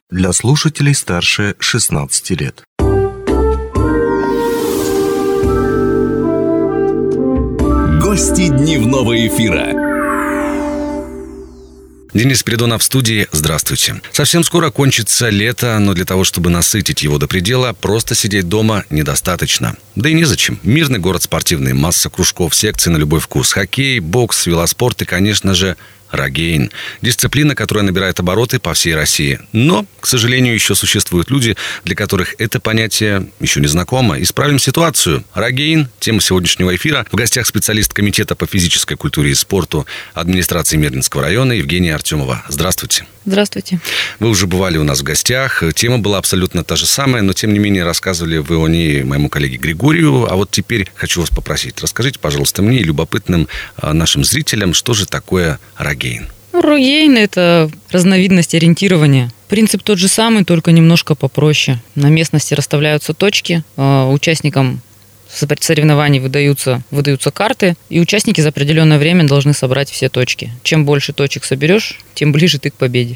Для слушателей старше 16 лет. Гости дневного эфира. Денис Спиридонов в студии. Здравствуйте. Совсем скоро кончится лето, но для того, чтобы насытить его до предела, просто сидеть дома недостаточно. Да и незачем. Мирный город спортивный, масса кружков, секций на любой вкус. Хоккей, бокс, велоспорт и, конечно же, рогейн. Дисциплина, которая набирает обороты по всей России. Но, к сожалению, еще существуют люди, для которых это понятие еще не знакомо. Исправим ситуацию. Рогейн – тема сегодняшнего эфира. В гостях специалист Комитета по физической культуре и спорту администрации Мирнинского района Евгения Артемова. Здравствуйте. Здравствуйте. Вы уже бывали у нас в гостях. Тема была абсолютно та же самая, но, тем не менее, рассказывали вы о ней моему коллеге Григорию. А вот теперь хочу вас попросить. Расскажите, пожалуйста, мне и любопытным нашим зрителям, что же такое рогейн. Рогейн – это разновидность ориентирования. Принцип тот же самый, только немножко попроще. На местности расставляются точки, участникам соревнований выдаются карты, и участники за определенное время должны собрать все точки. Чем больше точек соберешь, тем ближе ты к победе.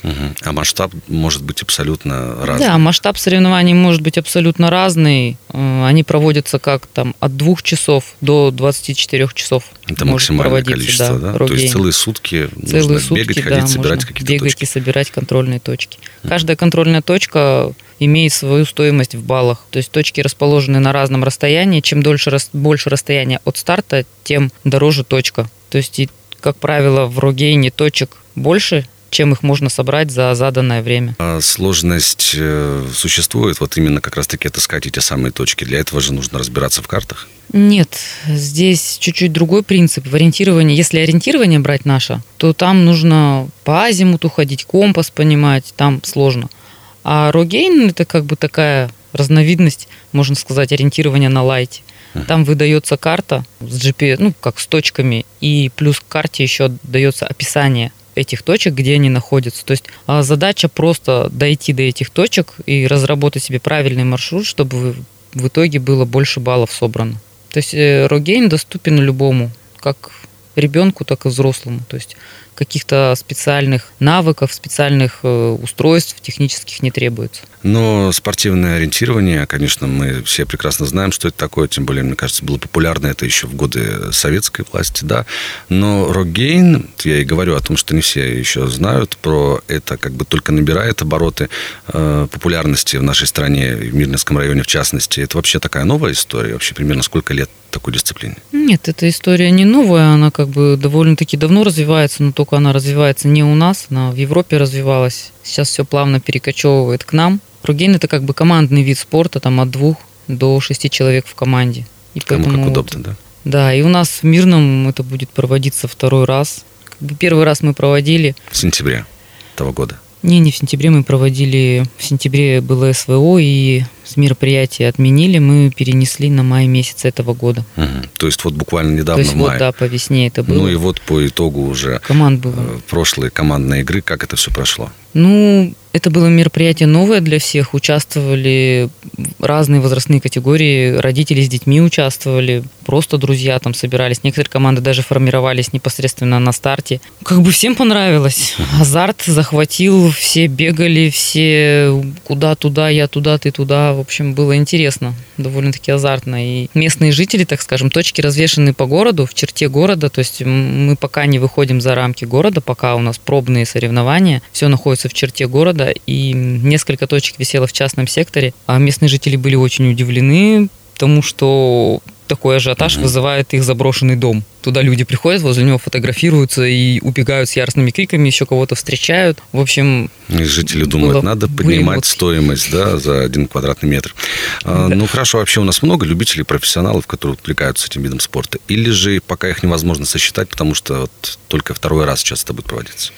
А масштаб может быть абсолютно разный? Да, масштаб соревнований может быть абсолютно разный. Они проводятся как там от 2 часов до 24 часов. Это максимальное количество, да? То есть целые сутки нужно бегать, ходить, собирать какие-то бегать точки. И собирать контрольные точки. Каждая контрольная точка имеет свою стоимость в баллах. То есть точки расположены на разном расстоянии. Чем больше расстояние от старта, тем дороже точка. То есть, как правило, в рогейне точек больше, чем их можно собрать за заданное время. А сложность существует? Вот именно как раз-таки отыскать эти самые точки. Для этого же нужно разбираться в картах? Нет, здесь чуть-чуть другой принцип. В ориентировании, если ориентирование брать наше, то там нужно по азимуту ходить, компас понимать, там сложно. А рогейн – это как бы такая разновидность, можно сказать, ориентирования на лайте. Там выдается карта с GPS, как с точками, и плюс к карте еще дается описание этих точек, где они находятся. То есть задача просто дойти до этих точек и разработать себе правильный маршрут, чтобы в итоге было больше баллов собрано. То есть рогейн доступен любому, как ребенку, так и взрослому. То есть каких-то специальных навыков, специальных устройств технических не требуется. Но спортивное ориентирование, конечно, мы все прекрасно знаем, что это такое, тем более, мне кажется, было популярно это еще в годы советской власти, да. Но рогейн, я и говорю о том, что не все еще знают про это, как бы только набирает обороты популярности в нашей стране, в Мирнинском районе в частности. Это вообще такая новая история? Вообще примерно сколько лет такой дисциплине? Нет, эта история не новая, она как бы довольно-таки давно развивается, но только она развивается не у нас, она в Европе развивалась. Сейчас все плавно перекочевывает к нам. Рогейн – это как бы командный вид спорта, там от 2 до 6 человек в команде. И кому как удобно, да? Да, и у нас в Мирном это будет проводиться второй раз. Первый раз мы проводили в сентябре того года. Не в сентябре мы проводили. В сентябре было СВО, и мероприятие отменили, мы перенесли на май месяц этого года. То есть вот буквально недавно, в мае. Да, по весне это было. Ну и вот по итогу уже прошлой командной игры, как это все прошло? Это было мероприятие новое для всех. Участвовали разные возрастные категории. Родители с детьми участвовали. Просто друзья там собирались. Некоторые команды даже формировались непосредственно на старте. Как бы всем понравилось. Азарт захватил. Все бегали, все куда туда, я туда, ты туда. В общем, было интересно. Довольно-таки азартно. И местные жители, так скажем, точки развешаны по городу, в черте города. То есть мы пока не выходим за рамки города, пока у нас пробные соревнования. Все находится в черте города, и несколько точек висело в частном секторе. А местные жители были очень удивлены тому, что такой ажиотаж вызывает их заброшенный дом. Туда люди приходят, возле него фотографируются и убегают с яростными криками, еще кого-то встречают. В общем, и жители думают, надо поднимать стоимость, да, за 1 квадратный метр. Да. Хорошо, вообще у нас много любителей, профессионалов, которые увлекаются этим видом спорта? Или же пока их невозможно сосчитать, потому что вот только второй раз сейчас это будет проводиться?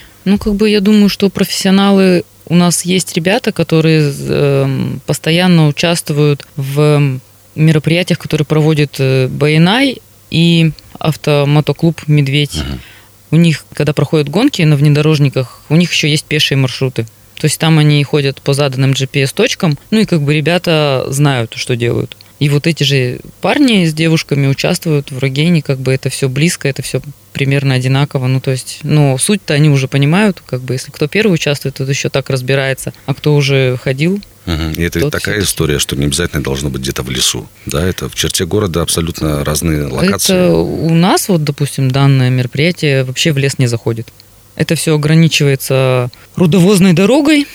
Я думаю, что профессионалы... У нас есть ребята, которые постоянно участвуют в мероприятиях, которые проводит БНА и автомотоклуб «Медведь». У них, когда проходят гонки на внедорожниках, у них еще есть пешие маршруты. То есть там они ходят по заданным GPS-точкам, и ребята знают, что делают. И вот эти же парни с девушками участвуют в рогейне, как бы это все близко, это все примерно одинаково. Ну, то есть, но суть-то они уже понимают, как бы, если кто первый участвует, тот еще так разбирается, а кто уже ходил. И это ведь такая история, что не обязательно должно быть где-то в лесу. Да, это в черте города абсолютно разные локации. Это у нас, вот, допустим, данное мероприятие вообще в лес не заходит. Это все ограничивается рудовозной дорогой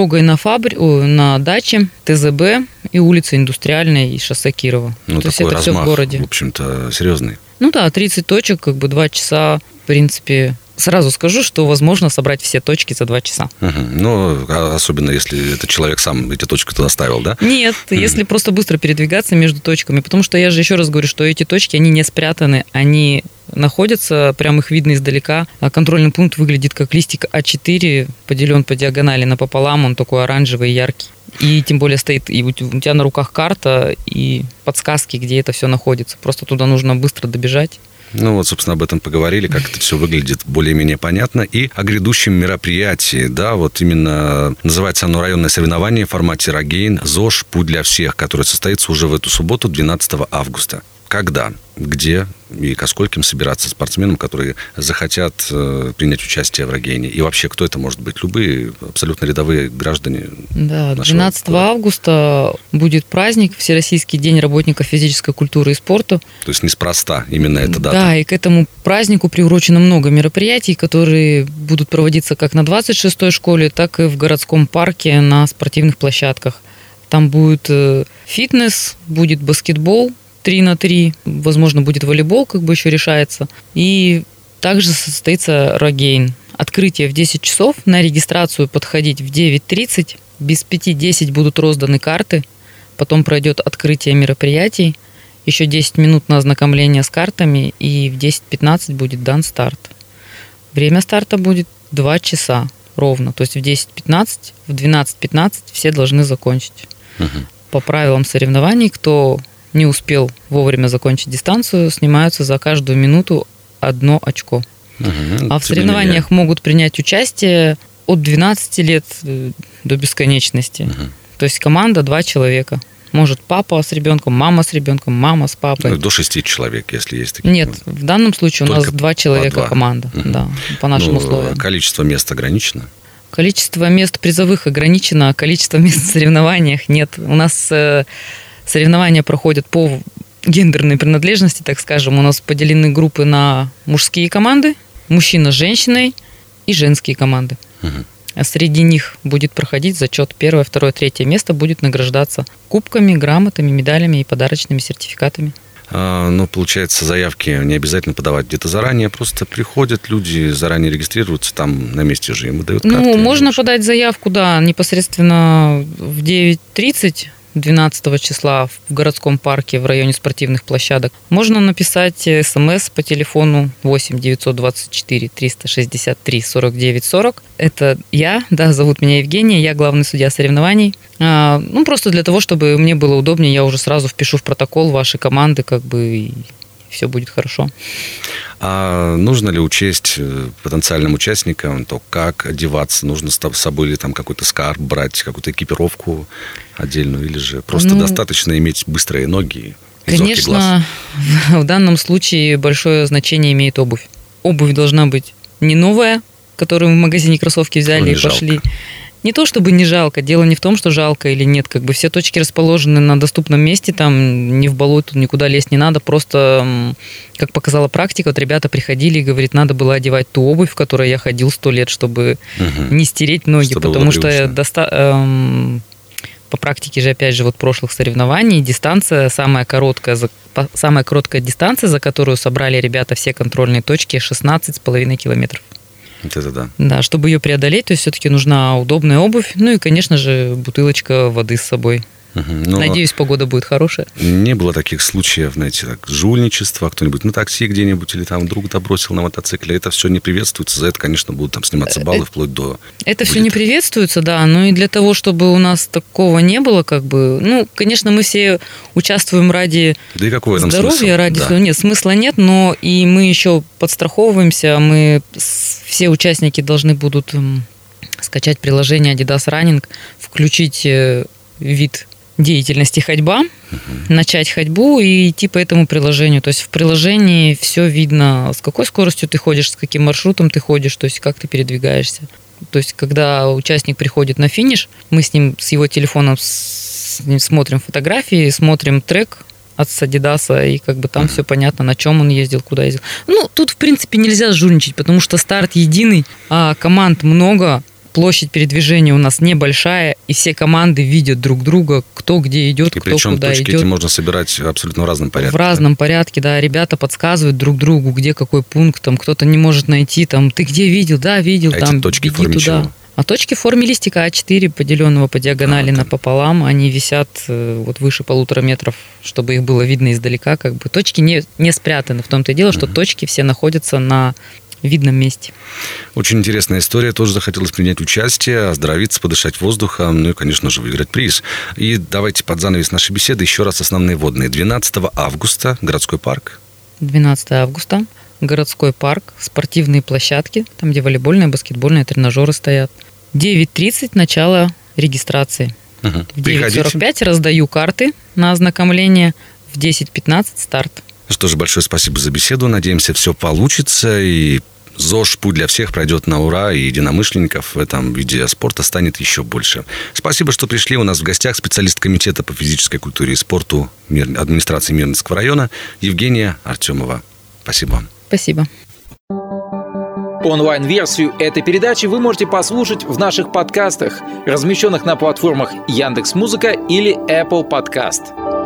на даче, ТЗБ и улица Индустриальная и шоссе Кирова. Ну, то есть такой это все в городе. В общем-то, серьезный. Ну да, 30 точек, как бы 2 часа, в принципе. Сразу скажу, что возможно собрать все точки за 2 часа. Ну, особенно если этот человек сам эти точки туда ставил, да? Нет, если просто быстро передвигаться между точками. Потому что я же еще раз говорю, что эти точки, они не спрятаны, они находятся, прям их видно издалека. А контрольный пункт выглядит как листик А4, поделен по диагонали напополам, он такой оранжевый, яркий. И тем более стоит, и у тебя на руках карта и подсказки, где это все находится. Просто туда нужно быстро добежать. Ну вот, собственно, об этом поговорили, как это все выглядит более-менее понятно. И о грядущем мероприятии, да, вот именно называется оно районное соревнование в формате рогейн ЗОЖ «Путь для всех», которое состоится уже в эту субботу, 12 августа. Когда, где и ко скольким собираться спортсменам, которые захотят принять участие в рогейне? И вообще, кто это может быть? Любые абсолютно рядовые граждане. Да, 12 августа будет праздник, Всероссийский день работников физической культуры и спорта. То есть неспроста именно эта дата. Да, и к этому празднику приурочено много мероприятий, которые будут проводиться как на 26-й школе, так и в городском парке на спортивных площадках. Там будет фитнес, будет баскетбол 3-3, возможно, будет волейбол, как бы еще решается. И также состоится рогейн. Открытие в 10 часов, на регистрацию подходить в 9:30, без 5:10 будут розданы карты, потом пройдет открытие мероприятий, еще 10 минут на ознакомление с картами, и в 10:15 будет дан старт. Время старта будет 2 часа ровно, то есть в 10:15, в 12:15 все должны закончить. По правилам соревнований, кто не успел вовремя закончить дистанцию, снимаются за каждую минуту 1 очко. А в соревнованиях могут принять участие от 12 лет до бесконечности. То есть команда 2 человека. Может папа с ребенком, мама с ребенком, мама с папой. Ну, до 6 человек, если есть такие. Нет, в данном случае у нас 2 человека команда. Да, по нашим условиям. Количество мест ограничено? Количество мест призовых ограничено, а количество мест в соревнованиях нет. У нас соревнования проходят по гендерной принадлежности, так скажем. У нас поделены группы на мужские команды, мужчина с женщиной и женские команды. А среди них будет проходить зачет. 1, 2, 3 место будет награждаться кубками, грамотами, медалями и подарочными сертификатами. Ну, получается, заявки не обязательно подавать где-то заранее, просто приходят люди, заранее регистрируются, там на месте же им выдают карты. Ну, можно подать заявку, да, непосредственно в 9:30, 12 числа в городском парке в районе спортивных площадок. Можно написать смс по телефону 8 924 363 49 40. Это я, да, зовут меня Евгения, я главный судья соревнований. Ну, просто для того, чтобы мне было удобнее, я уже сразу впишу в протокол вашей команды, как бы, и все будет хорошо. А нужно ли учесть потенциальным участникам то, как одеваться? Нужно с собой или там какой-то скарб брать, какую-то экипировку отдельную, или же просто достаточно иметь быстрые ноги и зоркий глаз? Конечно, в данном случае большое значение имеет обувь. Обувь должна быть не новая, которую мы в магазине кроссовки взяли и пошли. Жалко. Не то чтобы не жалко, дело не в том, что жалко или нет, как бы все точки расположены на доступном месте, там не в болото, никуда лезть не надо, просто, как показала практика, вот ребята приходили и говорят, надо было одевать ту обувь, в которой я ходил 100 лет, чтобы не стереть ноги, чтобы потому что по практике же, опять же, вот прошлых соревнований, дистанция, самая короткая дистанция, за которую собрали ребята все контрольные точки, 16,5 километров. Вот это да. Да, чтобы ее преодолеть, то есть все-таки нужна удобная обувь, ну и, конечно же, бутылочка воды с собой. Но надеюсь, погода будет хорошая. Не было таких случаев, знаете, так, жульничества, кто-нибудь на такси где-нибудь или там друг добросил на мотоцикле. Это все не приветствуется. За это, конечно, будут там сниматься баллы вплоть до... Это все не приветствуется, да. Но и для того, чтобы у нас такого не было, как бы... Ну, конечно, мы все участвуем ради да и какой здоровья, ради да. своего... Нет, смысла нет, но и мы еще подстраховываемся. Все участники должны будут скачать приложение Adidas Running, включить вид деятельности ходьба, начать ходьбу и идти по этому приложению. То есть в приложении все видно, с какой скоростью ты ходишь, с каким маршрутом ты ходишь, то есть как ты передвигаешься. То есть когда участник приходит на финиш, мы с ним, с его телефоном смотрим фотографии, смотрим трек от Адидаса, и как бы там все понятно, на чем он ездил, куда ездил. Ну, тут, в принципе, нельзя жульничать, потому что старт единый, а команд много, площадь передвижения у нас небольшая, и все команды видят друг друга, кто где идет, и кто куда идет. Причем точки эти можно собирать абсолютно в разном порядке. В разном порядке, да. Ребята подсказывают друг другу, где какой пункт, там кто-то не может найти, там, ты где видел? Да, видел, а там, эти точки беги в форме туда. чего? А точки в форме листика А4, поделенного по диагонали напополам, они висят вот выше 1,5 метров, чтобы их было видно издалека. Как бы. Точки не спрятаны. В том-то и дело, что точки все находятся на видном месте. Очень интересная история. Тоже захотелось принять участие, оздоровиться, подышать воздухом, ну и, конечно же, выиграть приз. И давайте под занавес нашей беседы еще раз основные вводные. 12 августа городской парк. 12 августа. Городской парк, спортивные площадки, там, где волейбольные, баскетбольные тренажеры стоят. 9:30 начало регистрации. В 9:45 раздаю карты на ознакомление. В 10:15 старт. Что же, большое спасибо за беседу. Надеемся, все получится. И ЗОЖ «Путь для всех» пройдет на ура, и единомышленников в этом виде спорта станет еще больше. Спасибо, что пришли. У нас в гостях специалист комитета по физической культуре и спорту администрации Мирнинского района Евгения Артемова. Спасибо вам. Спасибо. Онлайн-версию этой передачи вы можете послушать в наших подкастах, размещенных на платформах Яндекс.Музыка или Apple Podcast.